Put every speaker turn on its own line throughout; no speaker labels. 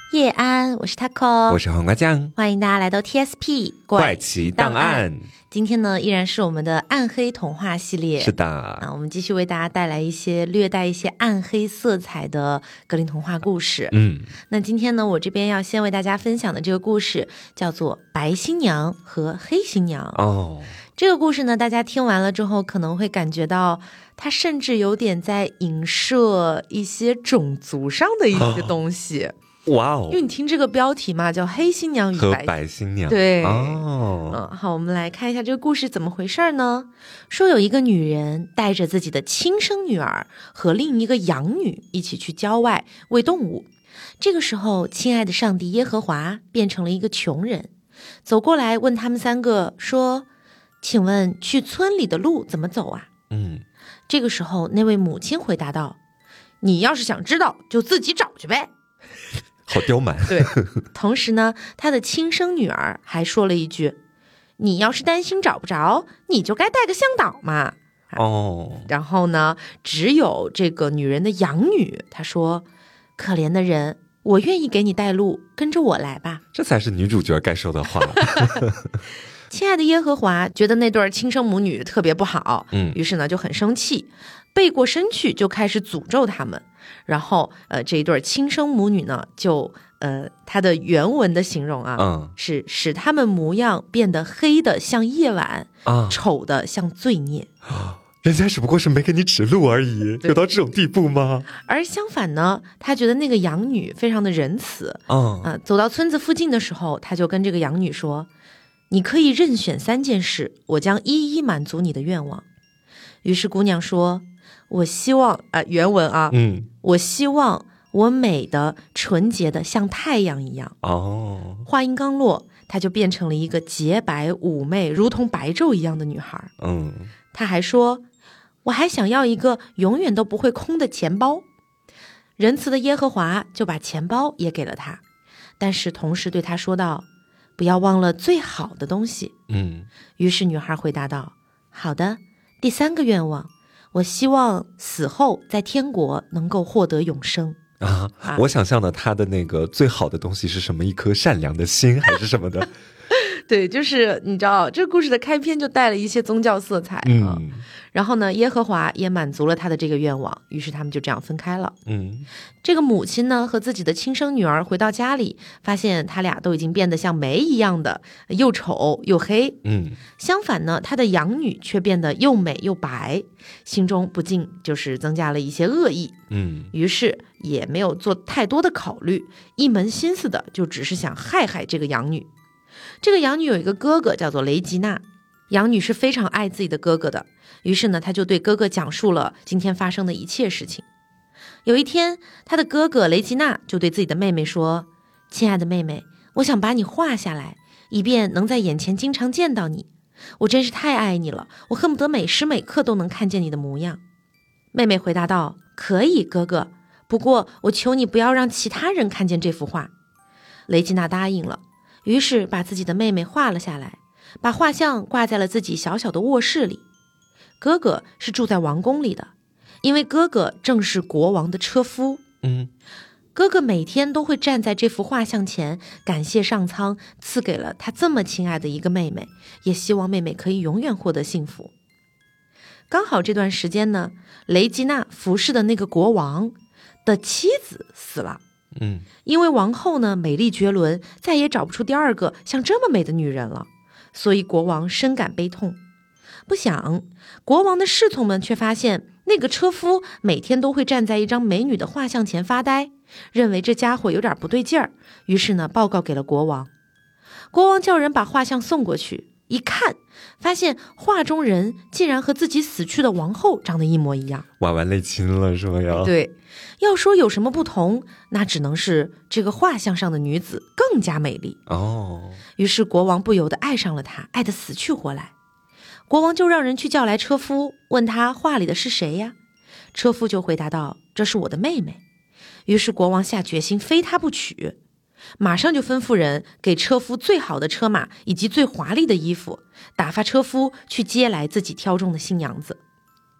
叶安，我是 Taco，
我是黄瓜酱，
欢迎大家来到 TSP
怪奇档案。
今天呢，依然是我们的暗黑童话系列。
是的，
我们继续为大家带来一些略带一些暗黑色彩的格林童话故事。那今天呢，我这边要先为大家分享的这个故事叫做《白新娘和黑新娘》。这个故事呢，大家听完了之后可能会感觉到它甚至有点在影射一些种族上的一些东西。
哇哦！
因为你听这个标题嘛，叫黑新娘与
白新娘。
对好，我们来看一下这个故事怎么回事呢？说有一个女人带着自己的亲生女儿和另一个养女一起去郊外喂动物。这个时候，亲爱的上帝耶和华变成了一个穷人，走过来问他们三个说：“请问去村里的路怎么走啊？”这个时候，那位母亲回答道：“你要是想知道，就自己找去呗。”
好刁蛮。
对，同时呢，他的亲生女儿还说了一句：“你要是担心找不着，你就该带个向导嘛。”然后呢，只有这个女人的养女，她说：“可怜的人，我愿意给你带路，跟着我来吧。”
这才是女主角该说的话。
亲爱的耶和华觉得那对亲生母女特别不好，于是呢就很生气，背过身去就开始诅咒他们。然后这一对亲生母女呢就它的原文的形容是使他们模样变得黑的像夜晚，丑的像罪孽。
人家只不过是没给你指路而已，有到这种地步吗？
而相反呢，他觉得那个养女非常的仁慈。走到村子附近的时候，他就跟这个养女说：“你可以任选3件事，我将一一满足你的愿望。”于是姑娘说：“我希望原文我希望我美的纯洁的像太阳一样。”话音刚落，她就变成了一个洁白妩媚如同白昼一样的女孩。她还说：“我还想要一个永远都不会空的钱包。”仁慈的耶和华就把钱包也给了她，但是同时对她说道：“不要忘了最好的东西。”于是女孩回答道：“好的，第3个愿望，我希望死后在天国能够获得永生。”
我想象的他的那个最好的东西是什么？一颗善良的心还是什么的？
对，就是你知道这个故事的开篇就带了一些宗教色彩。然后呢，耶和华也满足了他的这个愿望，于是他们就这样分开了。这个母亲呢和自己的亲生女儿回到家里，发现他俩都已经变得像煤一样的，又丑又黑。相反呢，他的养女却变得又美又白，心中不禁就是增加了一些恶意。于是也没有做太多的考虑，一门心思的就只是想害这个养女。这个养女有一个哥哥叫做雷吉娜，养女是非常爱自己的哥哥的，于是呢，他就对哥哥讲述了今天发生的一切事情。有一天，他的哥哥雷吉娜就对自己的妹妹说：“亲爱的妹妹，我想把你画下来，以便能在眼前经常见到你。我真是太爱你了，我恨不得每时每刻都能看见你的模样。”妹妹回答道：“可以，哥哥，不过我求你不要让其他人看见这幅画。”雷吉娜答应了，于是把自己的妹妹画了下来，把画像挂在了自己小小的卧室里。哥哥是住在王宫里的，因为哥哥正是国王的车夫。哥哥每天都会站在这幅画像前，感谢上苍赐给了他这么亲爱的一个妹妹，也希望妹妹可以永远获得幸福。刚好这段时间呢，雷吉娜服侍的那个国王的妻子死了。因为王后呢美丽绝伦，再也找不出第2个像这么美的女人了，所以国王深感悲痛。不想国王的侍从们却发现那个车夫每天都会站在一张美女的画像前发呆，认为这家伙有点不对劲儿，于是呢报告给了国王。国王叫人把画像送过去，一看发现画中人竟然和自己死去的王后长得一模一样。
哇，完内亲了是吗？
对，要说有什么不同，那只能是这个画像上的女子更加美丽。于是国王不由得爱上了她，爱得死去活来。国王就让人去叫来车夫，问他画里的是谁呀？车夫就回答道：“这是我的妹妹。”于是国王下决心非她不娶，马上就吩咐人给车夫最好的车马以及最华丽的衣服，打发车夫去接来自己挑中的新娘子。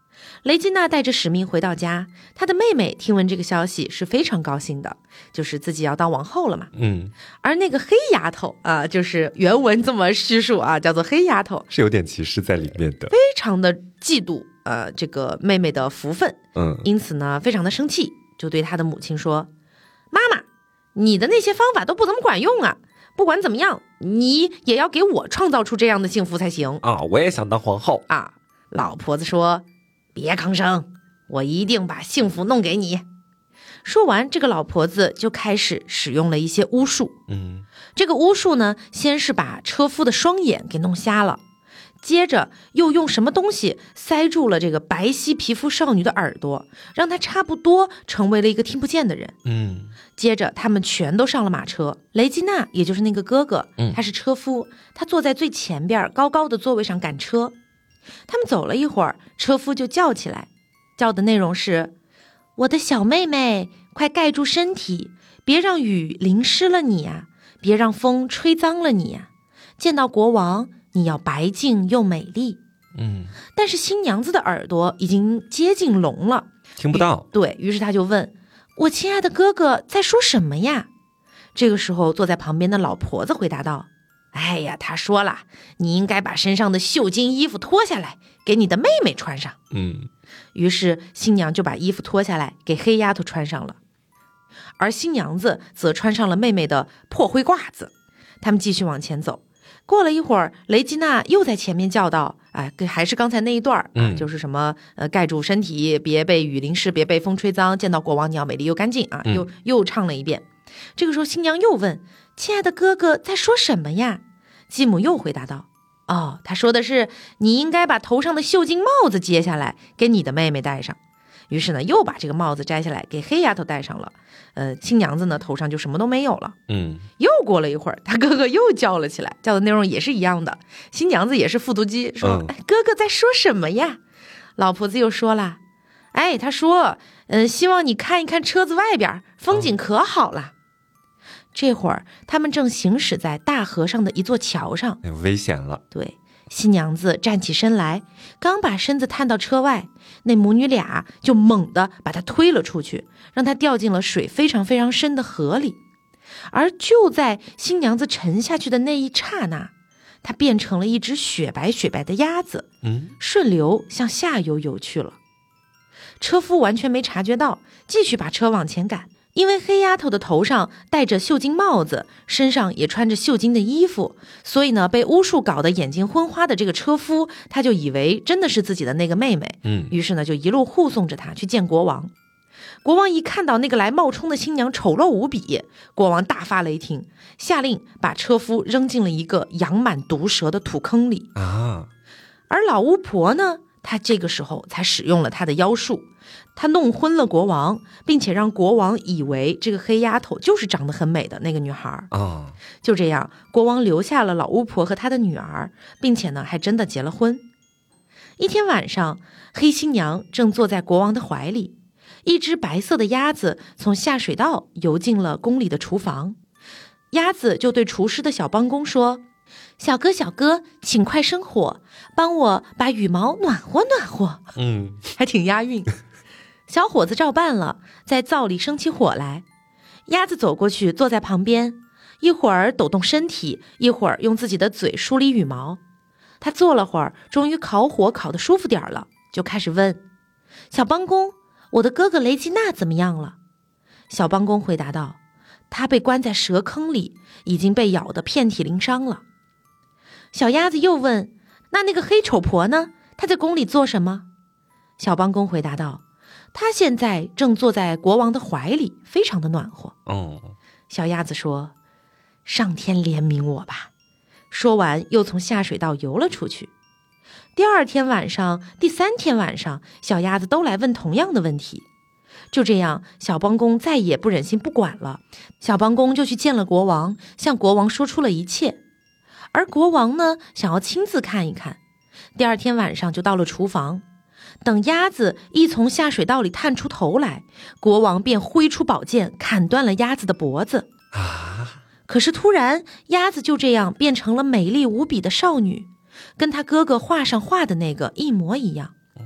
雷吉娜带着使命回到家，她的妹妹听闻这个消息是非常高兴的，就是自己要当王后了嘛。而那个黑丫头啊，就是原文这么叙述啊，叫做黑丫头，
是有点歧视在里面的，
非常的嫉妒这个妹妹的福分，因此呢非常的生气，就对她的母亲说：妈妈，你的那些方法都不怎么管用啊，不管怎么样，你也要给我创造出这样的幸福才行
啊！我也想当皇后
啊！老婆子说：别吭声，我一定把幸福弄给你。说完，这个老婆子就开始使用了一些巫术。这个巫术呢，先是把车夫的双眼给弄瞎了，接着又用什么东西塞住了这个白皙皮肤少女的耳朵，让她差不多成为了一个听不见的人。接着他们全都上了马车，雷吉娜也就是那个哥哥，他是车夫，他坐在最前边高高的座位上赶车。他们走了一会儿，车夫就叫起来，叫的内容是：我的小妹妹，快盖住身体，别让雨淋湿了你啊，别让风吹脏了你啊，见到国王你要白净又美丽。但是新娘子的耳朵已经接近聋了，
听不到。
对，于是他就问：我亲爱的哥哥在说什么呀？这个时候坐在旁边的老婆子回答道：哎呀，他说了，你应该把身上的绣金衣服脱下来给你的妹妹穿上。于是新娘就把衣服脱下来给黑丫头穿上了，而新娘子则穿上了妹妹的破灰褂子。他们继续往前走，过了一会儿，雷吉娜又在前面叫道：还是刚才那一段就是什么盖住身体，别被雨淋湿，别被风吹脏，见到国王你要美丽又干净啊，又唱了一遍。这个时候新娘又问：亲爱的哥哥在说什么呀？继母又回答道：他说的是你应该把头上的绣金帽子揭下来给你的妹妹戴上。于是呢又把这个帽子摘下来给黑丫头戴上了。新娘子呢头上就什么都没有了。又过了一会儿，他哥哥又叫了起来，叫的内容也是一样的。新娘子也是复读机，说：哥哥在说什么呀？老婆子又说了：他说希望你看一看车子外边，风景可好了。这会儿他们正行驶在大河上的一座桥上，
危险了。
对，新娘子站起身来，刚把身子探到车外，那母女俩就猛地把她推了出去，让她掉进了水非常非常深的河里。而就在新娘子沉下去的那一刹那，她变成了一只雪白雪白的鸭子，顺流向下游游去了。车夫完全没察觉到，继续把车往前赶。因为黑丫头的头上戴着绣金帽子，身上也穿着绣金的衣服，所以呢，被巫术搞得眼睛昏花的这个车夫，他就以为真的是自己的那个妹妹，于是呢，就一路护送着她去见国王。国王一看到那个来冒充的新娘丑陋无比，国王大发雷霆，下令把车夫扔进了一个养满毒蛇的土坑里。而老巫婆呢，她这个时候才使用了她的妖术，她弄昏了国王，并且让国王以为这个黑丫头就是长得很美的那个女孩。就这样，国王留下了老巫婆和她的女儿，并且呢，还真的结了婚。一天晚上，黑新娘正坐在国王的怀里，一只白色的鸭子从下水道游进了宫里的厨房。鸭子就对厨师的小帮工说：小哥小哥，请快生火，帮我把羽毛暖和暖和。还挺押韵。小伙子照办了，在灶里生起火来。鸭子走过去坐在旁边，一会儿抖动身体，一会儿用自己的嘴梳理羽毛。他坐了会儿，终于烤火烤得舒服点了，就开始问：小帮工，我的哥哥雷吉娜怎么样了？小帮工回答道：他被关在蛇坑里，已经被咬得遍体鳞伤了。小鸭子又问：那个黑丑婆呢？她在宫里做什么？小帮工回答道：她现在正坐在国王的怀里，非常的暖和。小鸭子说：上天怜悯我吧。说完又从下水道游了出去。第二天晚上，第三天晚上，小鸭子都来问同样的问题。就这样，小帮工再也不忍心不管了，小帮工就去见了国王，向国王说出了一切。而国王呢，想要亲自看一看。第二天晚上就到了厨房，等鸭子一从下水道里探出头来，国王便挥出宝剑砍断了鸭子的脖子。可是突然，鸭子就这样变成了美丽无比的少女，跟她哥哥画上画的那个一模一样。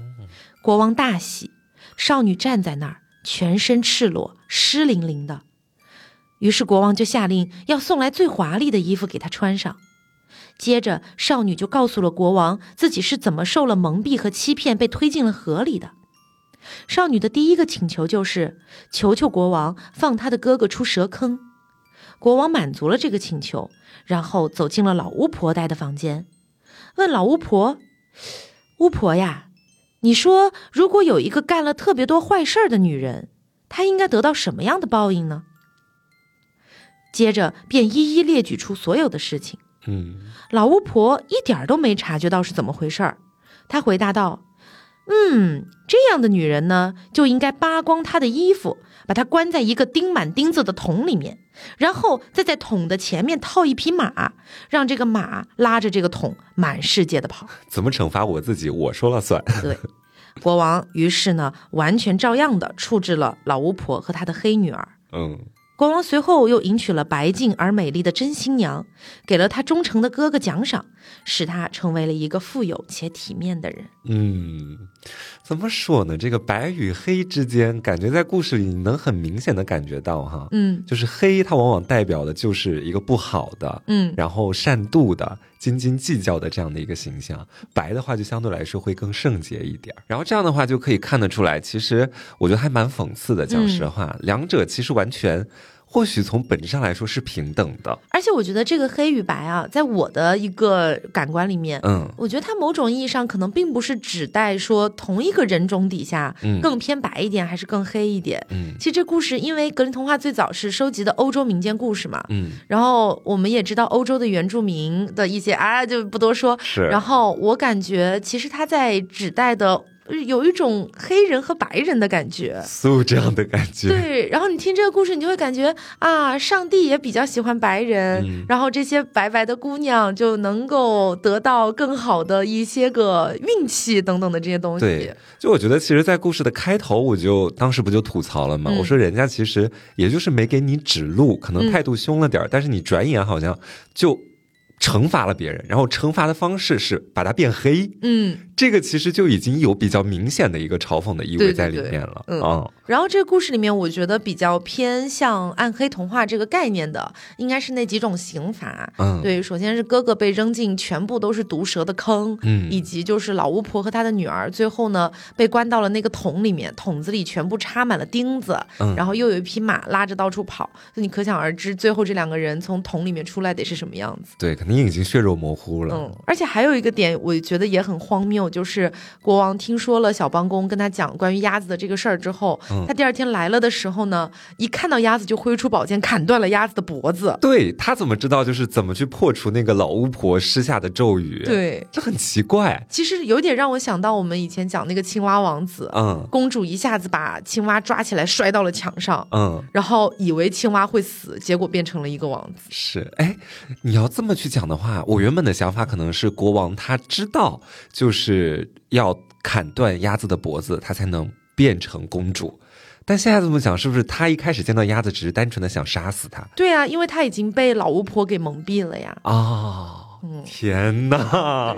国王大喜，少女站在那儿，全身赤裸，湿淋淋的。于是国王就下令要送来最华丽的衣服给她穿上。接着少女就告诉了国王自己是怎么受了蒙蔽和欺骗被推进了河里的。少女的第一个请求就是求求国王放她的哥哥出蛇坑。国王满足了这个请求，然后走进了老巫婆待的房间，问老巫婆：巫婆呀，你说如果有一个干了特别多坏事的女人，她应该得到什么样的报应呢？接着便一一列举出所有的事情。老巫婆一点都没察觉到是怎么回事儿。她回答道：这样的女人呢，就应该扒光她的衣服，把她关在一个钉满钉子的桶里面，然后再在桶的前面套一匹马，让这个马拉着这个桶满世界的跑。
怎么惩罚我自己？我说了算。
对，国王于是呢，完全照样的处置了老巫婆和她的黑女儿。国王随后又迎娶了白净而美丽的真新娘，给了他忠诚的哥哥奖赏，使他成为了一个富有且体面的人。
怎么说呢？这个白与黑之间，感觉在故事里你能很明显的感觉到哈，就是黑它往往代表的就是一个不好的，然后善妒的、斤斤计较的这样的一个形象。白的话就相对来说会更圣洁一点，然后这样的话就可以看得出来，其实我觉得还蛮讽刺的。讲实话，两者其实完全。或许从本质上来说是平等的，
而且我觉得这个黑与白啊，在我的一个感官里面，我觉得它某种意义上可能并不是指代说同一个人种底下更偏白一点还是更黑一点。其实这故事因为格林童话最早是收集的欧洲民间故事嘛，然后我们也知道欧洲的原住民的一些就不多说，然后我感觉其实它在指代的有一种黑人和白人的感觉，
这样的感觉。
对，然后你听这个故事，你就会感觉上帝也比较喜欢白人，然后这些白白的姑娘就能够得到更好的一些个运气等等的这些东西。
对，就我觉得其实在故事的开头，我就当时不就吐槽了吗？我说人家其实也就是没给你指路，可能态度凶了点，但是你转眼好像就惩罚了别人，然后惩罚的方式是把它变黑。这个其实就已经有比较明显的一一个嘲讽的意味在里面了。
然后这个故事里面我觉得比较偏向暗黑童话这个概念的应该是那几种刑罚。对，首先是哥哥被扔进全部都是毒蛇的坑，以及就是老巫婆和她的女儿最后呢被关到了那个桶里面，桶子里全部插满了钉子，然后又有一匹马拉着到处跑，你可想而知最后这两个人从桶里面出来得是什么样子。
对，肯定已经血肉模糊了。
而且还有一个点我觉得也很荒谬，就是国王听说了小帮工跟他讲关于鸭子的这个事儿之后，他第二天来了的时候呢，一看到鸭子就挥出宝剑砍断了鸭子的脖子。
对，他怎么知道就是怎么去破除那个老巫婆施下的咒语？
对，
这很奇怪。
其实有点让我想到我们以前讲那个青蛙王子，公主一下子把青蛙抓起来摔到了墙上，然后以为青蛙会死，结果变成了一个王子。
是，你要这么去讲的话，我原本的想法可能是国王他知道就是要砍断鸭子的脖子他才能变成公主，但现在这么讲是不是他一开始见到鸭子只是单纯的想杀死他？
对啊，因为他已经被老巫婆给蒙蔽了呀。
天哪。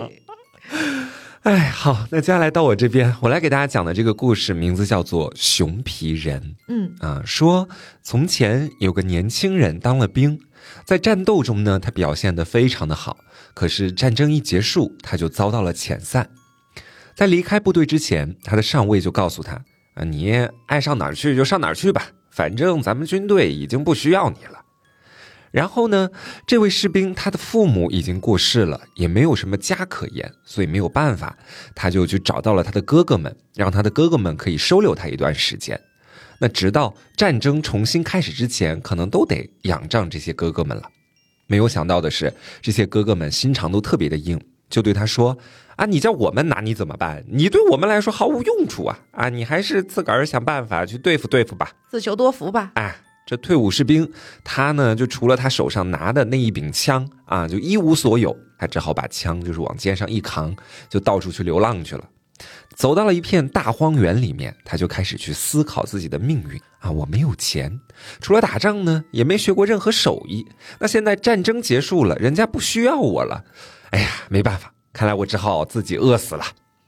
好，那接下来到我这边，我来给大家讲的这个故事名字叫做熊皮人。说从前有个年轻人当了兵，在战斗中呢他表现得非常的好，可是战争一结束他就遭到了遣散。在离开部队之前，他的上尉就告诉他，你爱上哪儿去就上哪儿去吧，反正咱们军队已经不需要你了。然后呢，这位士兵他的父母已经过世了，也没有什么家可言，所以没有办法，他就去找到了他的哥哥们，让他的哥哥们可以收留他一段时间。那直到战争重新开始之前，可能都得仰仗这些哥哥们了。没有想到的是，这些哥哥们心肠都特别的硬，就对他说，你叫我们拿你怎么办？你对我们来说毫无用处啊！你还是自个儿想办法去对付对付吧，
自求多福吧。
这退伍士兵他呢，就除了他手上拿的那一柄枪就一无所有，他只好把枪就是往肩上一扛，就到处去流浪去了。走到了一片大荒原里面，他就开始去思考自己的命运我没有钱，除了打仗呢也没学过任何手艺，那现在战争结束了，人家不需要我了，没办法，看来我只好自己饿死了。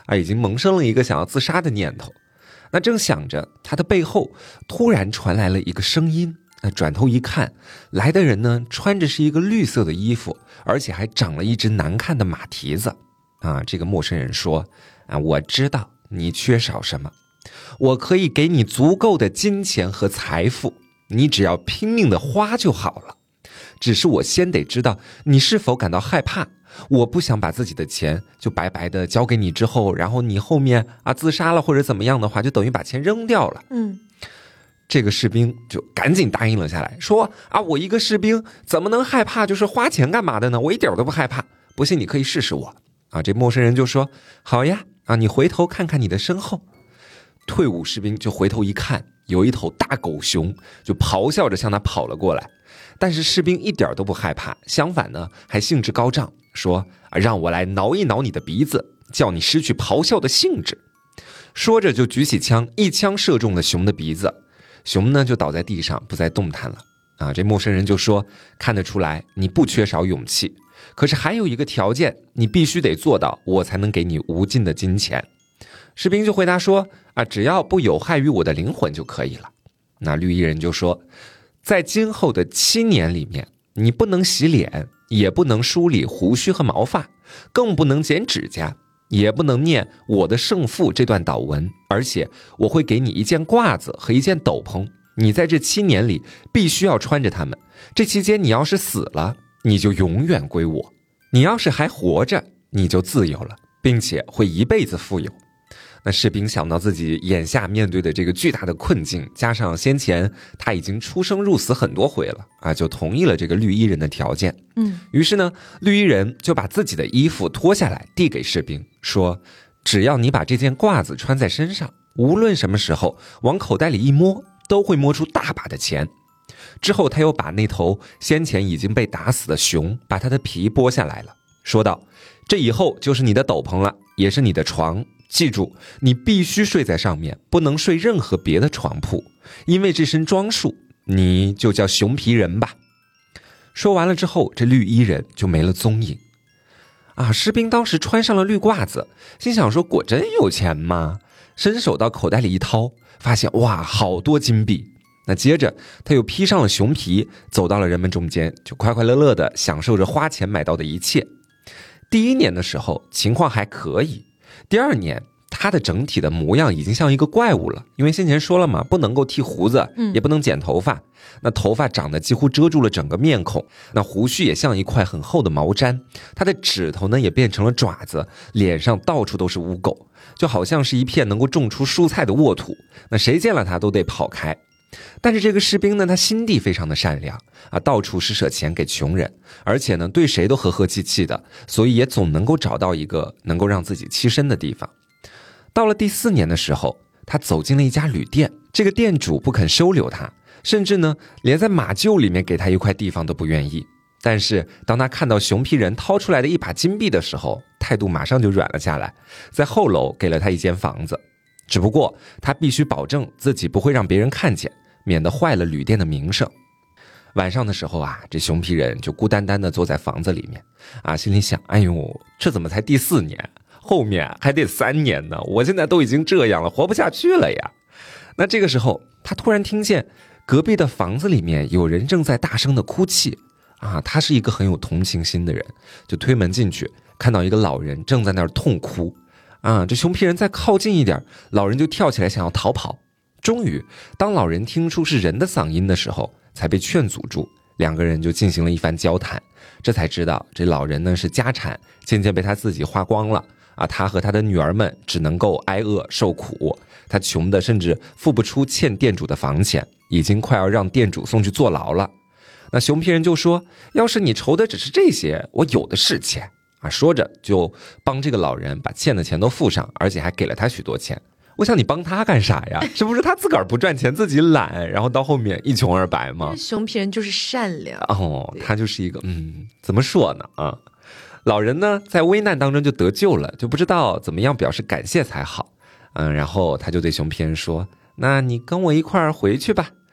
已经萌生了一个想要自杀的念头。那正想着，他的背后突然传来了一个声音。转头一看，来的人呢，穿着是一个绿色的衣服，而且还长了一只难看的马蹄子。这个陌生人说，我知道你缺少什么，我可以给你足够的金钱和财富，你只要拼命的花就好了。只是我先得知道你是否感到害怕，我不想把自己的钱就白白的交给你之后，然后你后面自杀了或者怎么样的话，就等于把钱扔掉了。这个士兵就赶紧答应了下来，说我一个士兵怎么能害怕就是花钱干嘛的呢？我一点都不害怕，不信你可以试试我。这陌生人就说，好呀，你回头看看你的身后。退伍士兵就回头一看，有一头大狗熊就咆哮着向他跑了过来。但是士兵一点都不害怕，相反呢，还兴致高涨，说让我来挠一挠你的鼻子，叫你失去咆哮的兴致。说着就举起枪，一枪射中了熊的鼻子。熊呢就倒在地上不再动弹了。这陌生人就说，看得出来你不缺少勇气，可是还有一个条件，你必须得做到，我才能给你无尽的金钱。士兵就回答说，只要不有害于我的灵魂就可以了。那绿衣人就说，在今后的7年里面，你不能洗脸，也不能梳理胡须和毛发，更不能剪指甲，也不能念我的圣父这段祷文，而且我会给你一件褂子和一件斗篷，你在这7年里必须要穿着它们。这期间你要是死了，你就永远归我；你要是还活着，你就自由了，并且会一辈子富有。那士兵想到自己眼下面对的这个巨大的困境，加上先前他已经出生入死很多回了就同意了这个绿衣人的条件。于是呢，绿衣人就把自己的衣服脱下来递给士兵，说，只要你把这件褂子穿在身上，无论什么时候往口袋里一摸，都会摸出大把的钱。之后他又把那头先前已经被打死的熊，把它的皮剥下来了，说道，这以后就是你的斗篷了，也是你的床，记住，你必须睡在上面，不能睡任何别的床铺，因为这身装束，你就叫熊皮人吧。说完了之后，这绿衣人就没了踪影。士兵当时穿上了绿褂子，心想说，果真有钱吗？伸手到口袋里一掏，发现哇，好多金币。那接着他又披上了熊皮，走到了人们中间，就快快乐乐地享受着花钱买到的一切。第1年的时候情况还可以，第2年他的整体的模样已经像一个怪物了，因为先前说了嘛，不能够剃胡子，也不能剪头发，那头发长得几乎遮住了整个面孔，那胡须也像一块很厚的毛毡，他的指头呢也变成了爪子，脸上到处都是污垢，就好像是一片能够种出蔬菜的沃土，那谁见了他都得跑开。但是这个士兵呢，他心地非常的善良到处施舍钱给穷人，而且呢对谁都和和气气的，所以也总能够找到一个能够让自己栖身的地方。到了第4年的时候，他走进了一家旅店，这个店主不肯收留他，甚至呢连在马厩里面给他一块地方都不愿意。但是当他看到熊皮人掏出来的一把金币的时候，态度马上就软了下来，在后楼给了他一间房子，只不过他必须保证自己不会让别人看见，免得坏了旅店的名声。晚上的时候这熊皮人就孤单单地坐在房子里面心里想，哎呦，这怎么才第4年，后面还得3年呢，我现在都已经这样了，活不下去了呀。那这个时候他突然听见隔壁的房子里面有人正在大声地哭泣他是一个很有同情心的人，就推门进去，看到一个老人正在那儿痛哭这熊皮人再靠近一点，老人就跳起来想要逃跑。终于当老人听出是人的嗓音的时候，才被劝阻住，两个人就进行了一番交谈，这才知道这老人呢是家产渐渐被他自己花光了他和他的女儿们只能够挨饿受苦，他穷的甚至付不出欠店主的房钱，已经快要让店主送去坐牢了。那熊皮人就说，要是你愁的只是这些，我有的是钱说着就帮这个老人把欠的钱都付上，而且还给了他许多钱。我想你帮他干啥呀？是不是他自个儿不赚钱自己懒，然后到后面一穷二白吗？
熊皮人就是善良
他就是一个怎么说呢老人呢在危难当中就得救了，就不知道怎么样表示感谢才好然后他就对熊皮人说，那你跟我一块儿回去吧，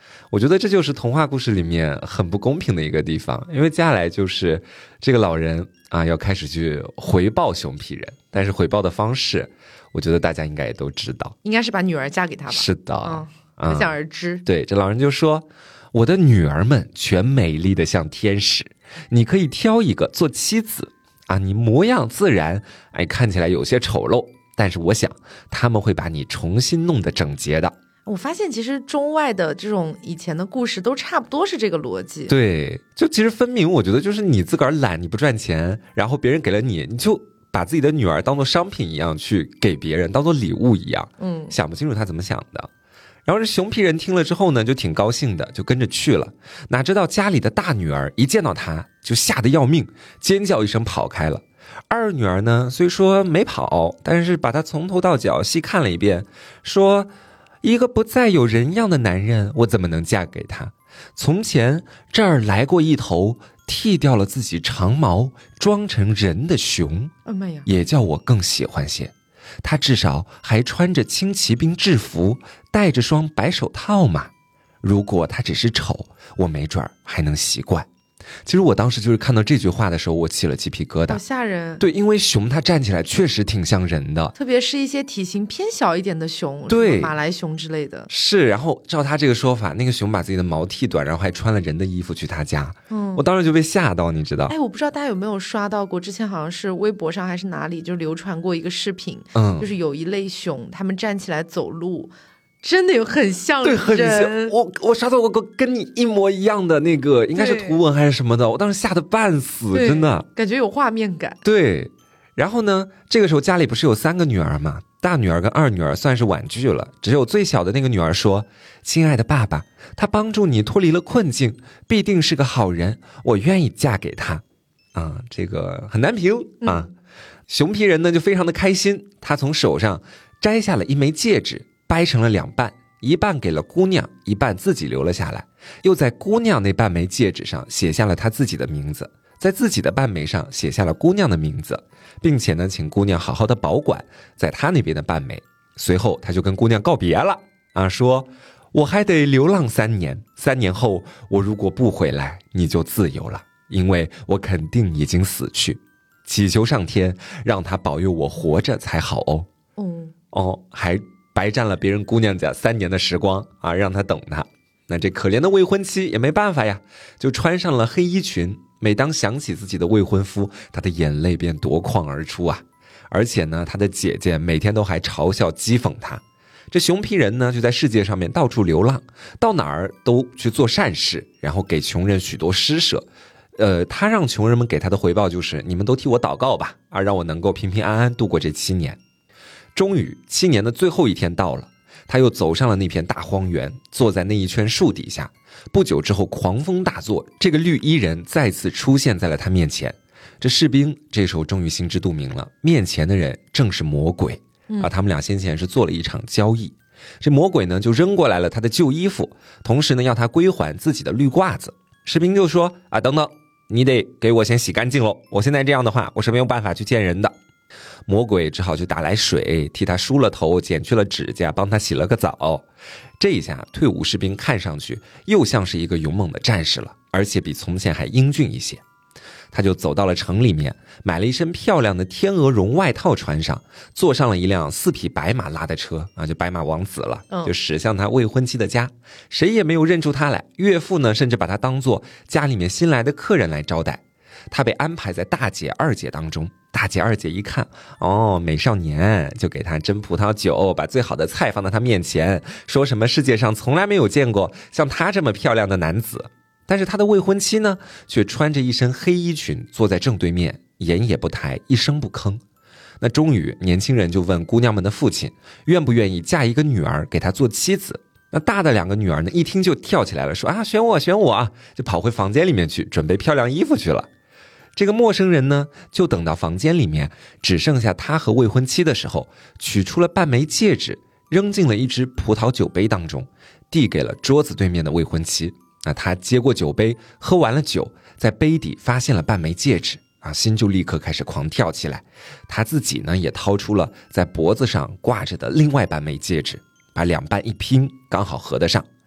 我觉得这就是童话故事里面很不公平的一个地方，因为接下来就是这个老人啊要开始去回报熊皮人，但是回报的方式我觉得大家应该也都知道，
应该是把女儿嫁给他吧。
是的，
可想而知。
对，这老人就说，我的女儿们全美丽的像天使，你可以挑一个做妻子啊，你模样自然，哎，看起来有些丑陋，但是我想他们会把你重新弄得整洁的。
我发现其实中外的这种以前的故事都差不多是这个逻辑。
对，就其实分明我觉得就是你自个儿懒，你不赚钱，然后别人给了你，你就把自己的女儿当做商品一样去给别人，当做礼物一样，想不清楚他怎么想的。然后这熊皮人听了之后呢，就挺高兴的，就跟着去了。哪知道家里的大女儿一见到他就吓得要命，尖叫一声跑开了。二女儿呢，虽说没跑，但是把他从头到脚细看了一遍，说一个不再有人样的男人，我怎么能嫁给他？从前这儿来过一头剃掉了自己长毛装成人的熊，也叫我更喜欢些。他至少还穿着轻骑兵制服，戴着双白手套嘛。如果他只是丑，我没准还能习惯。其实我当时就是看到这句话的时候，我起了鸡皮疙瘩，
好吓人。
对，因为熊它站起来确实挺像人的，
特别是一些体型偏小一点的熊，
对，
马来熊之类的。
是，然后照他这个说法，那个熊把自己的毛剃短，然后还穿了人的衣服去他家，我当时就被吓到，你知道？
我不知道大家有没有刷到过，之前好像是微博上还是哪里就流传过一个视频，就是有一类熊，他们站起来走路。真的有很像人，对，
很像。我刷到过跟你一模一样的那个，应该是图文还是什么的，我当时吓得半死，真的
感觉有画面感。
对，然后呢，这个时候家里不是有3个女儿嘛，大女儿跟二女儿算是婉拒了，只有最小的那个女儿说：“亲爱的爸爸，他帮助你脱离了困境，必定是个好人，我愿意嫁给他。”啊，这个很难评啊。熊皮人呢就非常的开心，他从手上摘下了一枚戒指。掰成了2半，一半给了姑娘，一半自己留了下来，又在姑娘那半枚戒指上写下了他自己的名字，在自己的半枚上写下了姑娘的名字，并且呢，请姑娘好好的保管在他那边的半枚。随后他就跟姑娘告别了啊，说我还得流浪3年，3年后我如果不回来，你就自由了，因为我肯定已经死去，祈求上天让他保佑我活着才好哦。还白占了别人姑娘家3年的时光啊，让他等他。那这可怜的未婚妻也没办法呀，就穿上了黑衣裙。每当想起自己的未婚夫，她的眼泪便夺眶而出啊。而且呢，她的姐姐每天都还嘲笑讥讽她。这熊皮人呢，就在世界上面到处流浪，到哪儿都去做善事，然后给穷人许多施舍。他让穷人们给他的回报就是你们都替我祷告吧，啊，让我能够平平安安度过这7年。终于7年的最后一天到了，他又走上了那片大荒原，坐在那一圈树底下。不久之后狂风大作，这个绿衣人再次出现在了他面前。这士兵这时候终于心知肚明了，面前的人正是魔鬼，他们俩先前是做了一场交易。这魔鬼呢就扔过来了他的旧衣服，同时呢要他归还自己的绿褂子。士兵就说啊，等等，你得给我先洗干净喽，我现在这样的话我是没有办法去见人的。魔鬼只好去打来水，替他梳了头，剪去了指甲，帮他洗了个澡。这一下退伍士兵看上去又像是一个勇猛的战士了，而且比从前还英俊一些。他就走到了城里面，买了一身漂亮的天鹅绒外套穿上，坐上了一辆4匹白马拉的车啊，就白马王子了，就驶向他未婚妻的家。谁也没有认出他来，岳父呢甚至把他当作家里面新来的客人来招待。他被安排在大姐二姐当中，大姐二姐一看，美少年，就给他斟葡萄酒，把最好的菜放在他面前，说什么世界上从来没有见过像他这么漂亮的男子。但是他的未婚妻呢，却穿着一身黑衣裙，坐在正对面，眼也不抬，一声不吭。那终于年轻人就问姑娘们的父亲，愿不愿意嫁一个女儿给他做妻子。那大的2个女儿呢，一听就跳起来了，说啊，选我选我啊，就跑回房间里面去准备漂亮衣服去了。这个陌生人呢，就等到房间里面只剩下他和未婚妻的时候，取出了半枚戒指，扔进了一只葡萄酒杯当中，递给了桌子对面的未婚妻。那他接过酒杯，喝完了酒，在杯底发现了半枚戒指啊，心就立刻开始狂跳起来。他自己呢，也掏出了在脖子上挂着的另外半枚戒指，把2半一拼，刚好合得上。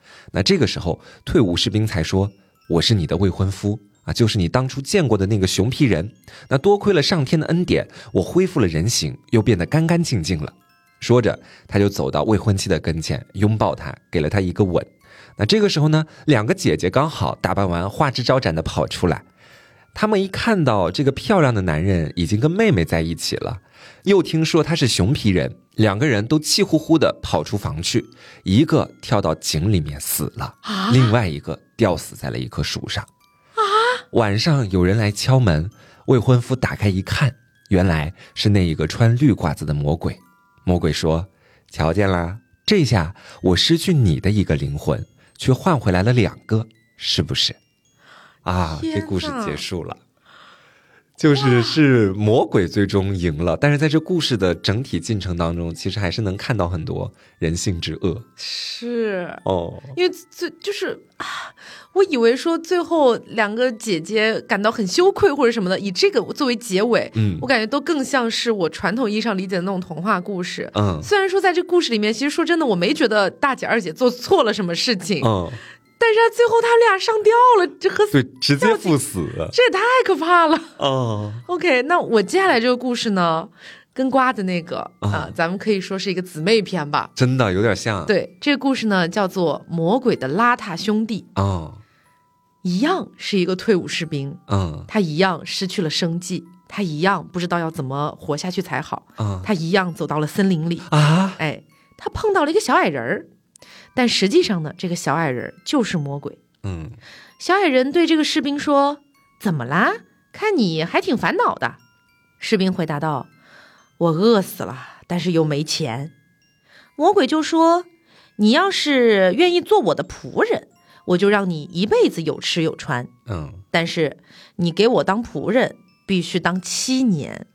那这个时候退伍士兵才说，我是你的未婚夫啊，就是你当初见过的那个熊皮人。那多亏了上天的恩典，我恢复了人形，又变得干干净净了。说着他就走到未婚妻的跟前，拥抱她，给了她一个吻。那这个时候呢，两个姐姐刚好打扮完，花枝招展的跑出来。他们一看到这个漂亮的男人已经跟妹妹在一起了，又听说他是熊皮人，两个人都气呼呼的跑出房去，一个跳到井里面死了，另外一个吊死在了一棵树上。晚上有人来敲门，未婚夫打开一看，原来是那一个穿绿褂子的魔鬼。魔鬼说，瞧见啦，这下我失去你的一个灵魂，却换回来了2个，是不是？这故事结束了，是魔鬼最终赢了，但是在这故事的整体进程当中，其实还是能看到很多人性之恶。
是因为我以为说最后两个姐姐感到很羞愧或者什么的，以这个作为结尾，我感觉都更像是我传统意义上理解的那种童话故事。虽然说在这故事里面，其实说真的，我没觉得大姐二姐做错了什么事情。但是最后他们俩上吊了，
对，直接赴死，
这也太可怕了。OK， 那我接下来这个故事呢，跟瓜子那个咱们可以说是一个姊妹篇吧，
真的有点像。
对，这个故事呢叫做《魔鬼的邋遢兄弟》。一样是一个退伍士兵，他一样失去了生计，他一样不知道要怎么活下去才好，他一样走到了森林里他碰到了一个小矮人儿。但实际上呢，这个小矮人就是魔鬼。小矮人对这个士兵说，怎么啦？看你还挺烦恼的。士兵回答道，我饿死了，但是又没钱。魔鬼就说，你要是愿意做我的仆人，我就让你一辈子有吃有穿。但是你给我当仆人必须当7年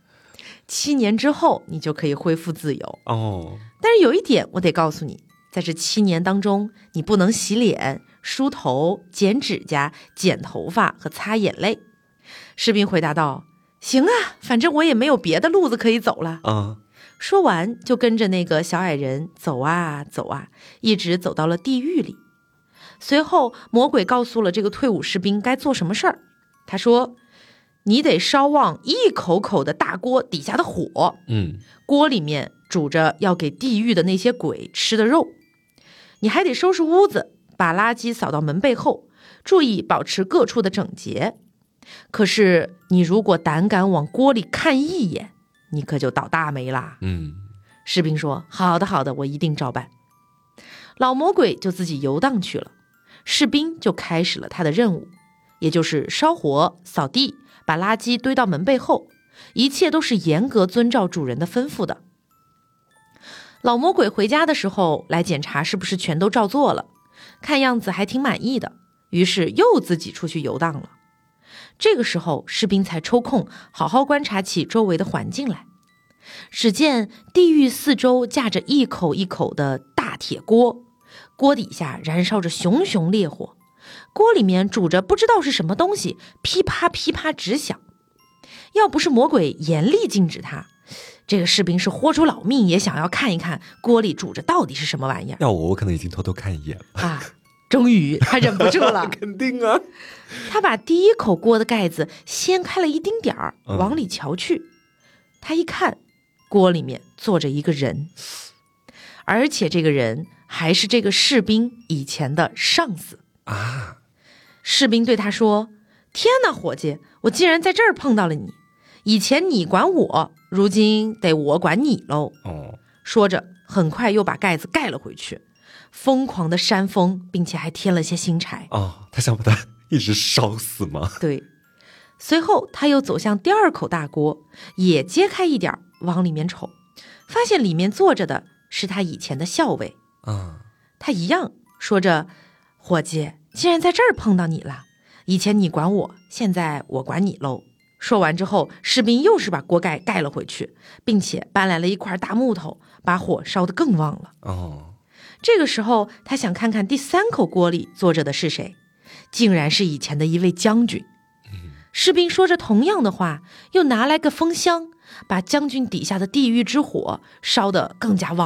，7年之后你就可以恢复自由。但是有一点我得告诉你，在这7年当中，你不能洗脸、梳头、剪指甲、剪头发和擦眼泪。士兵回答道，行啊，反正我也没有别的路子可以走了。说完就跟着那个小矮人走啊走啊，一直走到了地狱里。随后魔鬼告诉了这个退伍士兵该做什么事儿。他说，你得烧旺一口口的大锅底下的火，锅里面煮着要给地狱的那些鬼吃的肉。你还得收拾屋子，把垃圾扫到门背后，注意保持各处的整洁。可是你如果胆敢往锅里看一眼，你可就倒大霉啦。士兵说，好的好的，我一定照办。老魔鬼就自己游荡去了，士兵就开始了他的任务，也就是烧火、扫地，把垃圾堆到门背后，一切都是严格遵照主人的吩咐的。老魔鬼回家的时候来检查是不是全都照做了，看样子还挺满意的，于是又自己出去游荡了。这个时候士兵才抽空好好观察起周围的环境来。只见地狱四周架着一口一口的大铁锅，锅底下燃烧着熊熊烈火，锅里面煮着不知道是什么东西，噼啪噼啪直响。要不是魔鬼严厉禁止他，这个士兵是豁出老命也想要看一看锅里煮着到底是什么玩意儿。
要我可能已经偷偷看一眼了
终于他忍不住了
肯定啊。
他把第一口锅的盖子掀开了一丁点儿，往里瞧去。他一看，锅里面坐着一个人，而且这个人还是这个士兵以前的上司士兵对他说，天哪，伙计，我竟然在这儿碰到了你，以前你管我，如今得我管你喽。说着很快又把盖子盖了回去，疯狂的扇风，并且还添了些新柴。
他想把它一直烧死吗？
对。随后他又走向第二口大锅，也揭开一点往里面瞅，发现里面坐着的是他以前的校尉。他一样说着，伙计，既然在这儿碰到你了，以前你管我，现在我管你喽。说完之后，士兵又是把锅盖盖了回去，并且搬来了一块大木头，把火烧得更旺了。这个时候他想看看第三口锅里坐着的是谁，竟然是以前的一位将军。士兵说着同样的话，又拿来个风箱，把将军底下的地狱之火烧得更加旺了。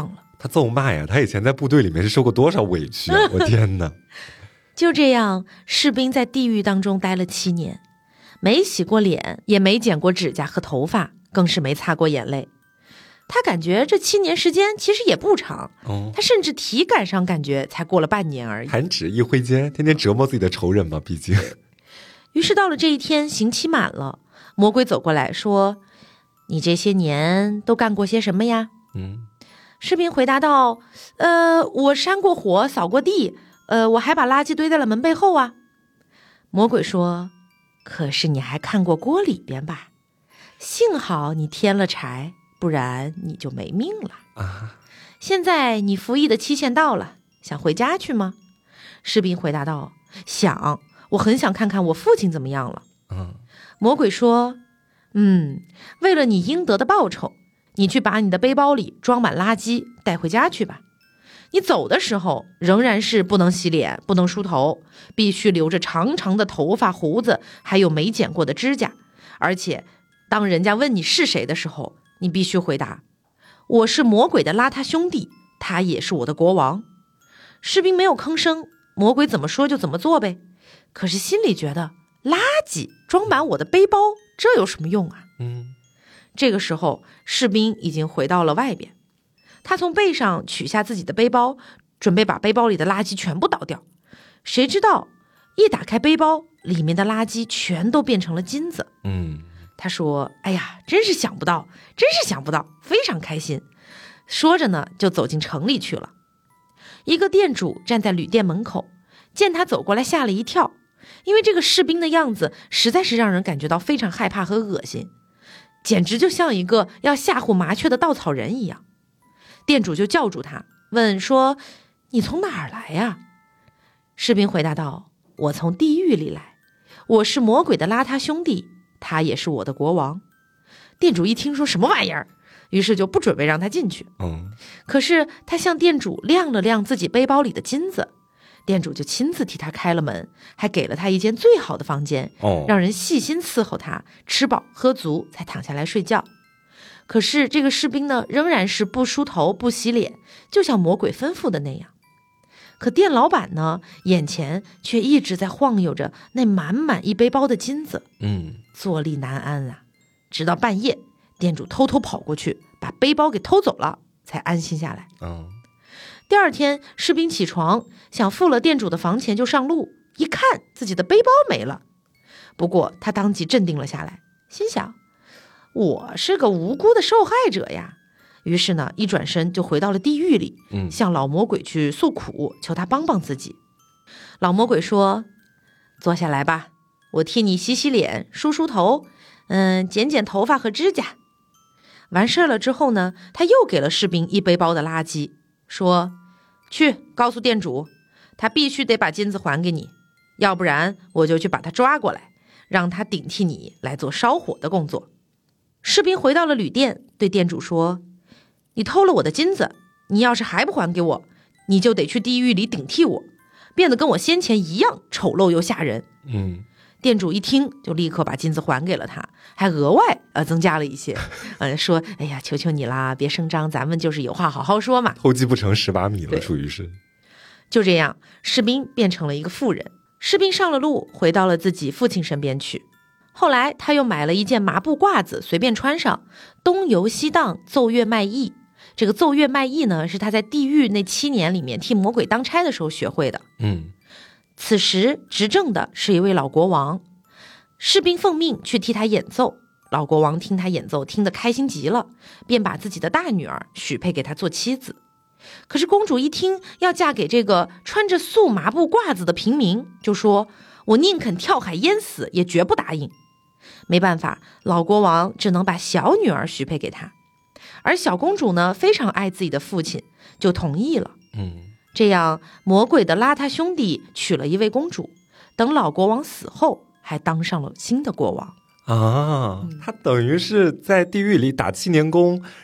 他咒骂呀，他以前在部队里面是受过多少委屈啊！我天哪！
就这样，士兵在地狱当中待了7年，没洗过脸，也没剪过指甲和头发，更是没擦过眼泪。他感觉这7年时间其实也不长，他甚至体感上感觉才过了半年而已。
弹指一挥间，天天折磨自己的仇人嘛，毕竟。
于是到了这一天，刑期满了，魔鬼走过来说：“你这些年都干过些什么呀？”士兵回答道：“我扇过火，扫过地，我还把垃圾堆在了门背后啊。”魔鬼说：“可是你还看过锅里边吧？幸好你添了柴，不然你就没命了啊！现在你服役的期限到了，想回家去吗？”士兵回答道：“想，我很想看看我父亲怎么样了。”魔鬼说：“为了你应得的报酬，你去把你的背包里装满垃圾带回家去吧。你走的时候仍然是不能洗脸，不能梳头，必须留着长长的头发胡子，还有没剪过的指甲。而且当人家问你是谁的时候，你必须回答：我是魔鬼的邋遢兄弟，他也是我的国王。”士兵没有吭声，魔鬼怎么说就怎么做呗。可是心里觉得垃圾装满我的背包，这有什么用啊？这个时候士兵已经回到了外边，他从背上取下自己的背包，准备把背包里的垃圾全部倒掉。谁知道一打开背包，里面的垃圾全都变成了金子。他说：“哎呀，真是想不到，非常开心。”说着呢，就走进城里去了。一个店主站在旅店门口，见他走过来吓了一跳，因为这个士兵的样子实在是让人感觉到非常害怕和恶心，简直就像一个要吓唬麻雀的稻草人一样。店主就叫住他，问说：“你从哪儿来呀？”士兵回答道：“我从地狱里来，我是魔鬼的邋遢兄弟，他也是我的国王。”店主一听说什么玩意儿，于是就不准备让他进去。可是他向店主亮了亮自己背包里的金子，店主就亲自替他开了门，还给了他一间最好的房间，让人细心伺候他，吃饱喝足才躺下来睡觉。可是这个士兵呢，仍然是不梳头不洗脸，就像魔鬼吩咐的那样。可店老板呢，眼前却一直在晃悠着那满满一背包的金子，坐立难安啊。直到半夜，店主偷偷跑过去把背包给偷走了，才安心下来。第二天，士兵起床，想付了店主的房钱就上路，一看自己的背包没了。不过他当即镇定了下来，心想：我是个无辜的受害者呀。于是呢，一转身就回到了地狱里，向老魔鬼去诉苦，求他帮帮自己。老魔鬼说：“坐下来吧，我替你洗洗脸，梳梳头，剪剪头发和指甲。”完事了之后呢，他又给了士兵一背包的垃圾，说：“去告诉店主，他必须得把金子还给你，要不然我就去把他抓过来，让他顶替你来做烧火的工作。”士兵回到了旅店，对店主说：“你偷了我的金子，你要是还不还给我，你就得去地狱里顶替我，变得跟我先前一样丑陋又吓人。”店主一听就立刻把金子还给了他，还额外增加了一些，说：“哎呀，求求你啦，别声张，咱们就是有话好好说嘛。”
偷鸡不成蚀把米了，属于是。
就这样，士兵变成了一个富人。士兵上了路，回到了自己父亲身边去。后来他又买了一件麻布褂子，随便穿上，东游西荡，奏乐卖艺。这个奏乐卖艺呢，是他在地狱那7年里面替魔鬼当差的时候学会的。此时执政的是一位老国王，士兵奉命去替他演奏。老国王听他演奏，听得开心极了，便把自己的大女儿许配给他做妻子。可是公主一听要嫁给这个穿着素麻布褂子的平民，就说：“我宁肯跳海淹死，也绝不答应。”没办法，老国王只能把小女儿许配给他。而小公主呢，非常爱自己的父亲，就同意了。这样魔鬼的邋遢兄弟娶了一位公主，等老国王死后还当上了新的国王。
他等于是在地狱里打7年工，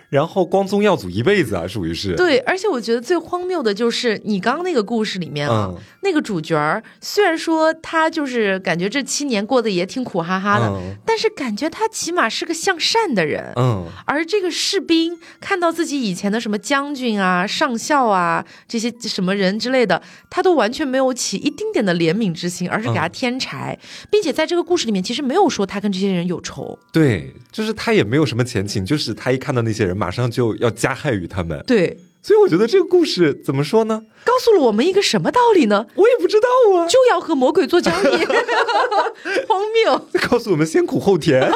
然后光宗耀祖一辈子啊，属于是。
对，而且我觉得最荒谬的就是你刚刚那个故事里面啊，那个主角虽然说他就是感觉这7年过得也挺苦哈哈的，但是感觉他起码是个向善的人。而这个士兵看到自己以前的什么将军啊、上校啊这些什么人之类的，他都完全没有起一丁点的怜悯之心，而是给他添柴，并且在这个故事里面其实没有说他跟这些人有仇。
对，就是他也没有什么前情，就是他一看到那些人马上就要加害于他们。
对，
所以我觉得这个故事怎么说呢？
告诉了我们一个什么道理呢？
我也不知道啊，
就要和魔鬼做交易。荒谬。
告诉我们先苦后甜。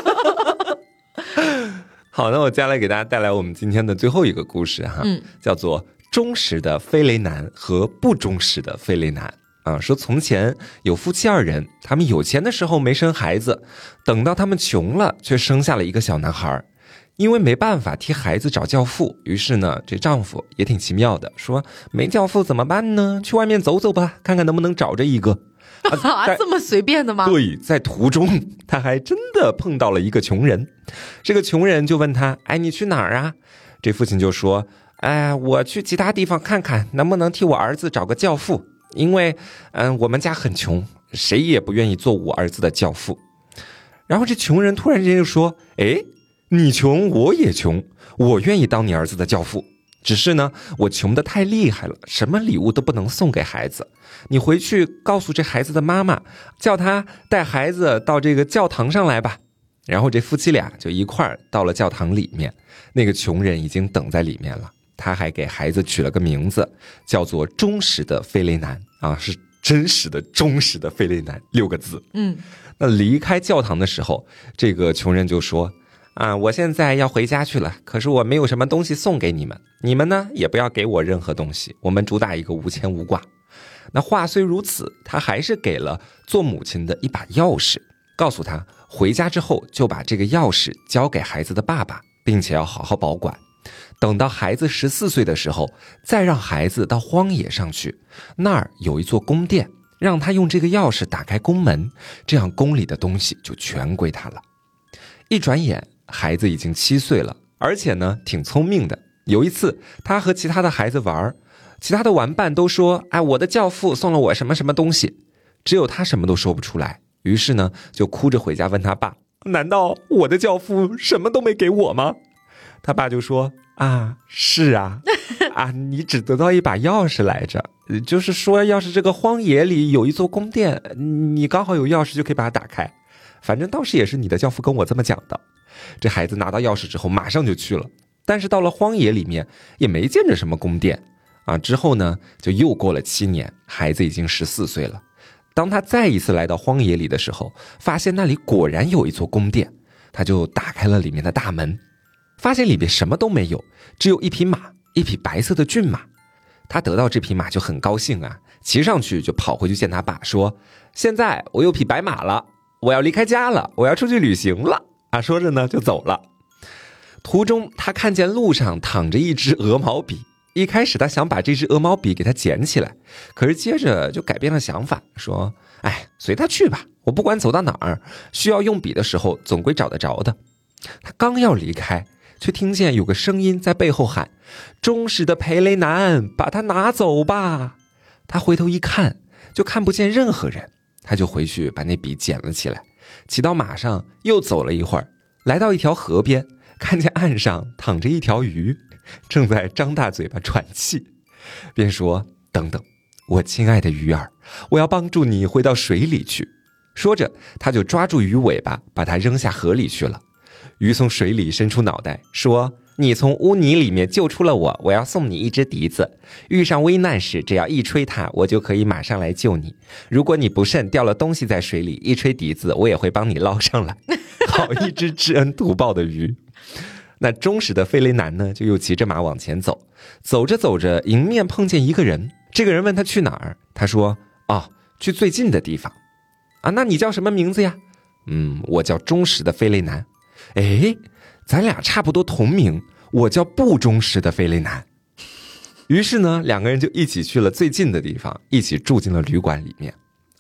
好，那我接下来给大家带来我们今天的最后一个故事哈，叫做忠实的飞雷男和不忠实的飞雷男。说从前有夫妻2人，他们有钱的时候没生孩子，等到他们穷了却生下了一个小男孩。因为没办法替孩子找教父，于是呢这丈夫也挺奇妙的，说没教父怎么办呢？去外面走走吧，看看能不能找着一个。
这么随便的吗？
对，在途中他还真的碰到了一个穷人。这个穷人就问他，你去哪儿啊？这父亲就说，我去其他地方看看能不能替我儿子找个教父，因为我们家很穷，谁也不愿意做我儿子的教父。然后这穷人突然间就说，你穷我也穷，我愿意当你儿子的教父，只是呢我穷得太厉害了，什么礼物都不能送给孩子，你回去告诉这孩子的妈妈，叫他带孩子到这个教堂上来吧。然后这夫妻俩就一块儿到了教堂里面，那个穷人已经等在里面了，他还给孩子取了个名字，叫做忠实的飞雷男是真实的忠实的飞雷男6个字。那离开教堂的时候，这个穷人就说，我现在要回家去了，可是我没有什么东西送给你们，你们呢也不要给我任何东西，我们主打一个无牵无挂。那话虽如此，他还是给了做母亲的一把钥匙，告诉他回家之后就把这个钥匙交给孩子的爸爸，并且要好好保管，等到孩子14岁的时候，再让孩子到荒野上去，那儿有一座宫殿，让他用这个钥匙打开宫门，这样宫里的东西就全归他了。一转眼孩子已经7岁了，而且呢挺聪明的。有一次他和其他的孩子玩，其他的玩伴都说，我的教父送了我什么什么东西，只有他什么都说不出来。于是呢就哭着回家问他爸，难道我的教父什么都没给我吗？他爸就说，是啊，你只得到一把钥匙来着，就是说要是这个荒野里有一座宫殿，你刚好有钥匙就可以把它打开，反正当时也是你的教父跟我这么讲的。这孩子拿到钥匙之后马上就去了，但是到了荒野里面也没见着什么宫殿之后呢就又过了7年，孩子已经14岁了。当他再一次来到荒野里的时候，发现那里果然有一座宫殿，他就打开了里面的大门，发现里面什么都没有，只有一匹马，一匹白色的骏马。他得到这匹马就很高兴骑上去就跑回去见他爸，说现在我有匹白马了，我要离开家了，我要出去旅行了说着呢就走了。途中他看见路上躺着一支鹅毛笔，一开始他想把这支鹅毛笔给它捡起来，可是接着就改变了想法，说随他去吧，我不管走到哪儿，需要用笔的时候总归找得着的。他刚要离开，却听见有个声音在背后喊，忠实的裴雷男，把它拿走吧。他回头一看，就看不见任何人，他就回去把那笔捡了起来，骑到马上又走了一会儿，来到一条河边，看见岸上躺着一条鱼，正在张大嘴巴喘气，便说，等等，我亲爱的鱼儿，我要帮助你回到水里去。说着他就抓住鱼尾巴，把它扔下河里去了。鱼从水里伸出脑袋说，你从污泥里面救出了我，我要送你一只笛子，遇上危难时只要一吹它，我就可以马上来救你，如果你不慎掉了东西在水里，一吹笛子我也会帮你捞上来。好一只知恩图报的鱼。那忠实的飞雷男呢就又骑着马往前走，走着走着迎面碰见一个人，这个人问他去哪儿，他说去最近的地方那你叫什么名字呀？我叫忠实的飞雷男。咱俩差不多同名，我叫不忠实的飞雷男。于是呢两个人就一起去了最近的地方，一起住进了旅馆里面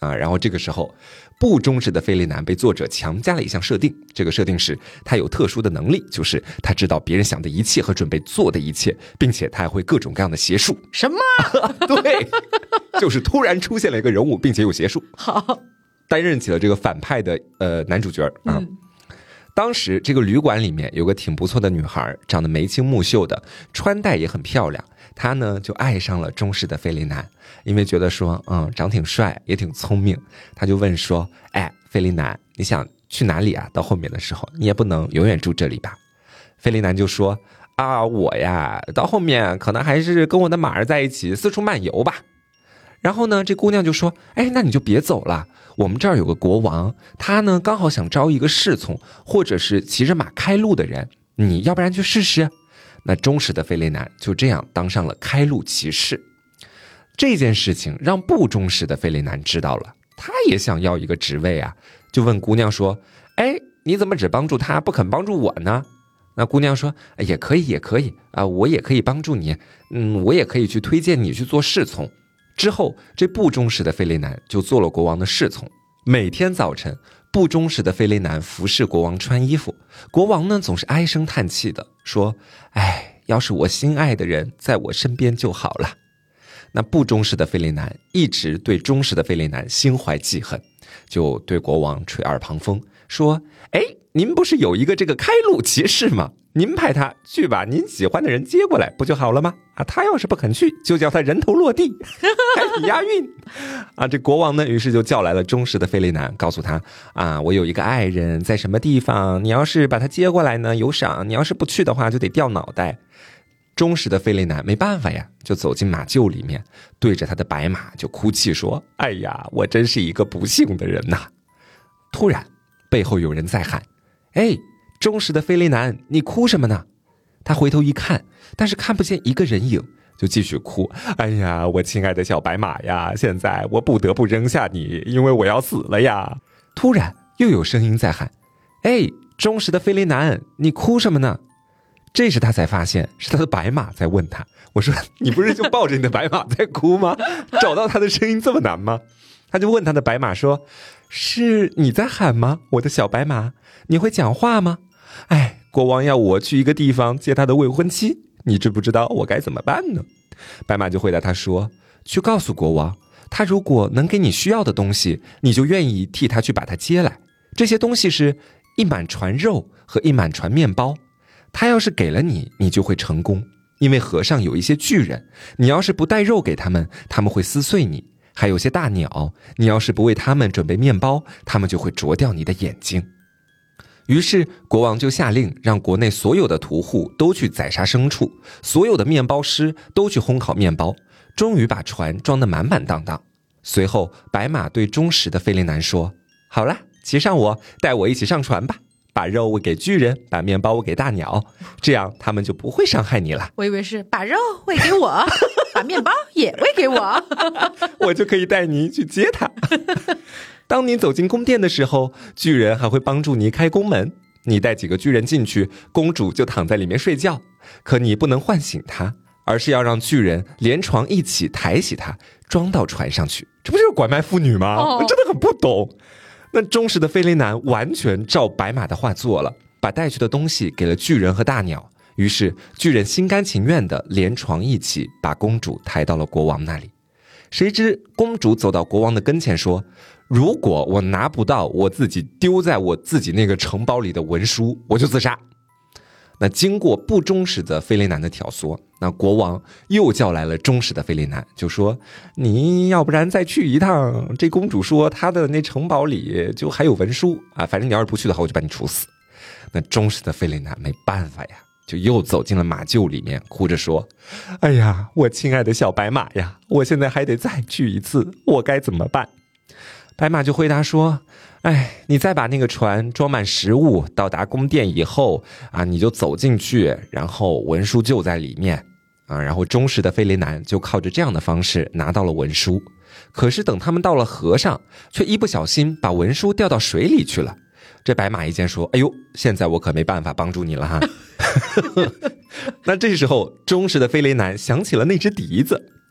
然后这个时候不忠实的菲利南被作者强加了一项设定，这个设定是他有特殊的能力，就是他知道别人想的一切和准备做的一切，并且他还会各种各样的邪术。
什么？
对，就是突然出现了一个人物，并且有邪术，
好，
担任起了这个反派的男主角啊。当时这个旅馆里面有个挺不错的女孩，长得眉清目秀的，穿戴也很漂亮，她呢就爱上了忠实的菲利南，因为觉得说长挺帅也挺聪明，她就问说，哎，菲利南，你想去哪里啊？到后面的时候你也不能永远住这里吧。菲利南就说，我呀到后面可能还是跟我的马儿在一起四处漫游吧。然后呢这姑娘就说，哎，那你就别走了，我们这儿有个国王，他呢刚好想招一个侍从或者是骑着马开路的人，你要不然去试试。那忠实的菲利南就这样当上了开路骑士。这件事情让不忠实的菲利南知道了，他也想要一个职位啊，就问姑娘说，哎，你怎么只帮助他不肯帮助我呢？那姑娘说，也可以啊，我也可以帮助你，我也可以去推荐你去做侍从。之后这不忠实的菲利南就做了国王的侍从，每天早晨不忠实的菲利南服侍国王穿衣服，国王呢总是唉声叹气的说，哎，要是我心爱的人在我身边就好了。那不忠实的菲利南一直对忠实的菲利南心怀记恨，就对国王吹耳旁风说，哎，您不是有一个这个开路骑士吗？您派他去把您喜欢的人接过来不就好了吗？他要是不肯去，就叫他人头落地，还挺押韵这国王呢于是就叫来了忠实的菲利南，告诉他我有一个爱人在什么地方，你要是把他接过来呢有赏，你要是不去的话就得掉脑袋。忠实的菲利南没办法呀，就走进马厩里面，对着他的白马就哭泣说，哎呀，我真是一个不幸的人呐。突然背后有人在喊，哎，忠实的菲利南，你哭什么呢？他回头一看，但是看不见一个人影，就继续哭，哎呀，我亲爱的小白马呀，现在我不得不扔下你，因为我要死了呀。突然又有声音在喊，哎，忠实的菲利南，你哭什么呢？这时他才发现是他的白马在问他，我说你不是就抱着你的白马在哭吗？找到他的声音这么难吗？他就问他的白马说，是你在喊吗？我的小白马，你会讲话吗？哎，国王要我去一个地方接他的未婚妻，你知不知道我该怎么办呢？白马就回答他说，去告诉国王，他如果能给你需要的东西，你就愿意替他去把他接来。这些东西是一满船肉和一满船面包，他要是给了你，你就会成功，因为河上有一些巨人，你要是不带肉给他们，他们会撕碎你，还有些大鸟，你要是不为他们准备面包，他们就会啄掉你的眼睛。于是国王就下令让国内所有的屠户都去宰杀牲畜，所有的面包师都去烘烤面包，终于把船装得满满当当。随后白马对忠实的菲利南说，好了，骑上我，带我一起上船吧，把肉喂给巨人，把面包喂给大鸟，这样他们就不会伤害你了。
我以为是把肉喂给我把面包也喂给我
我就可以带你去接他当你走进宫殿的时候，巨人还会帮助你开宫门，你带几个巨人进去，公主就躺在里面睡觉，可你不能唤醒她，而是要让巨人连床一起抬起她，装到船上去。这不就是拐卖妇女吗？我真的很不懂。那忠实的菲利南完全照白马的话做了，把带去的东西给了巨人和大鸟，于是巨人心甘情愿地连床一起把公主抬到了国王那里。谁知公主走到国王的跟前说，如果我拿不到我自己丢在我自己那个城堡里的文书，我就自杀。那经过不忠实的菲利南的挑唆，那国王又叫来了忠实的菲利南，就说，你要不然再去一趟，这公主说她的那城堡里就还有文书反正你要是不去的话，我就把你处死。那忠实的菲利南没办法呀，就又走进了马厩里面，哭着说，哎呀，我亲爱的小白马呀，我现在还得再去一次，我该怎么办？白马就回答说，哎，你再把那个船装满食物，到达宫殿以后你就走进去，然后文书就在里面然后忠实的菲利南就靠着这样的方式拿到了文书。可是等他们到了河上，却一不小心把文书掉到水里去了。这白马一见说，哎呦，现在我可没办法帮助你了哈那这时候忠实的菲利南想起了那只笛子，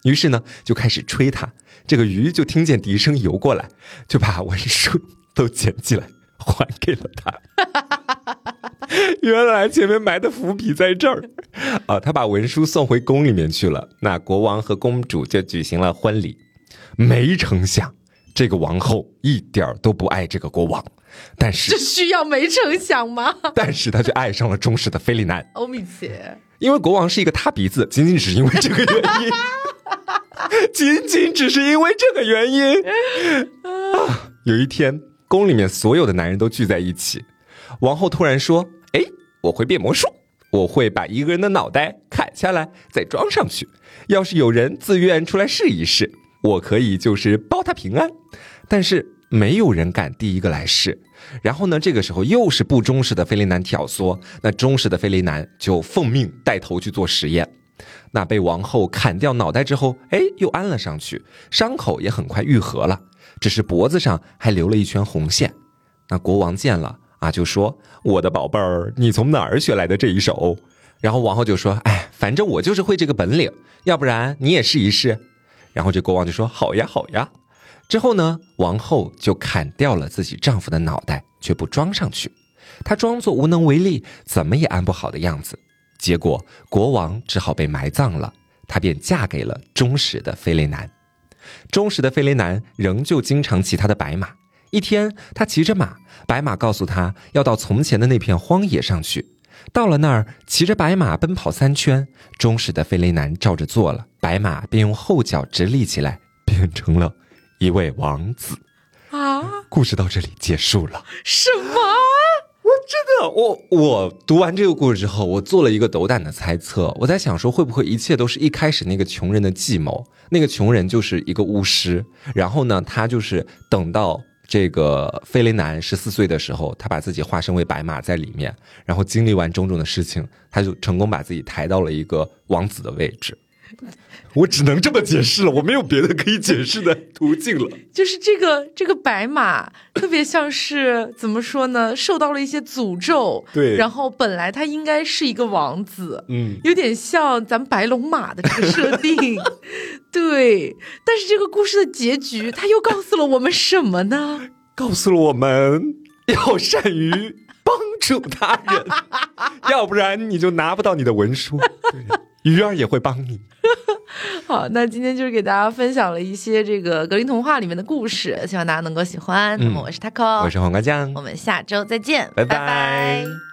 于是呢就开始吹它，这个鱼就听见笛声游过来，就把文书都捡起来还给了他。原来前面埋的伏笔在这儿啊！他把文书送回宫里面去了，那国王和公主就举行了婚礼。没成想这个王后一点都不爱这个国王，但是
这需要没成想吗？
但是他却爱上了忠实的菲利南。
欧米切，
因为国王是一个塌鼻子，仅仅只是因为这个原因。仅仅只是因为这个原因啊！有一天宫里面所有的男人都聚在一起，王后突然说，我会变魔术，我会把一个人的脑袋砍下来再装上去，要是有人自愿出来试一试，我可以就是保他平安。但是没有人敢第一个来试。然后呢，这个时候又是不忠实的菲利南挑唆，那忠实的菲利南就奉命带头去做实验。那被王后砍掉脑袋之后，又安了上去，伤口也很快愈合了，只是脖子上还留了一圈红线。那国王见了啊，就说，我的宝贝儿，你从哪儿学来的这一手？然后王后就说，反正我就是会这个本领，要不然你也试一试。然后这国王就说，好呀好呀。之后呢，王后就砍掉了自己丈夫的脑袋，却不装上去，她装作无能为力，怎么也安不好的样子。结果国王只好被埋葬了，她便嫁给了忠实的菲雷南。忠实的菲雷南仍旧经常骑他的白马。一天他骑着马，白马告诉他要到从前的那片荒野上去。到了那儿，骑着白马奔跑3圈，忠实的菲雷南照着做了，白马便用后脚直立起来，变成了一位王子。故事到这里结束了。
什么？
我读完这个故事之后，我做了一个斗胆的猜测，我在想说，会不会一切都是一开始那个穷人的计谋？那个穷人就是一个巫师，然后呢，他就是等到这个菲雷南14岁的时候，他把自己化身为白马在里面，然后经历完种种的事情，他就成功把自己抬到了一个王子的位置。我只能这么解释了，我没有别的可以解释的途径了。
就是这个白马特别像是怎么说呢，受到了一些诅咒，
对，
然后本来他应该是一个王子，有点像咱们白龙马的这个设定。对，但是这个故事的结局他又告诉了我们什么呢？
告诉了我们要善于帮助他人，要不然你就拿不到你的文书。对，鱼儿也会帮你。
好，那今天就是给大家分享了一些这个格林童话里面的故事，希望大家能够喜欢。那么我是 Taco，
我是黄瓜酱，
我们下周再见，
拜拜。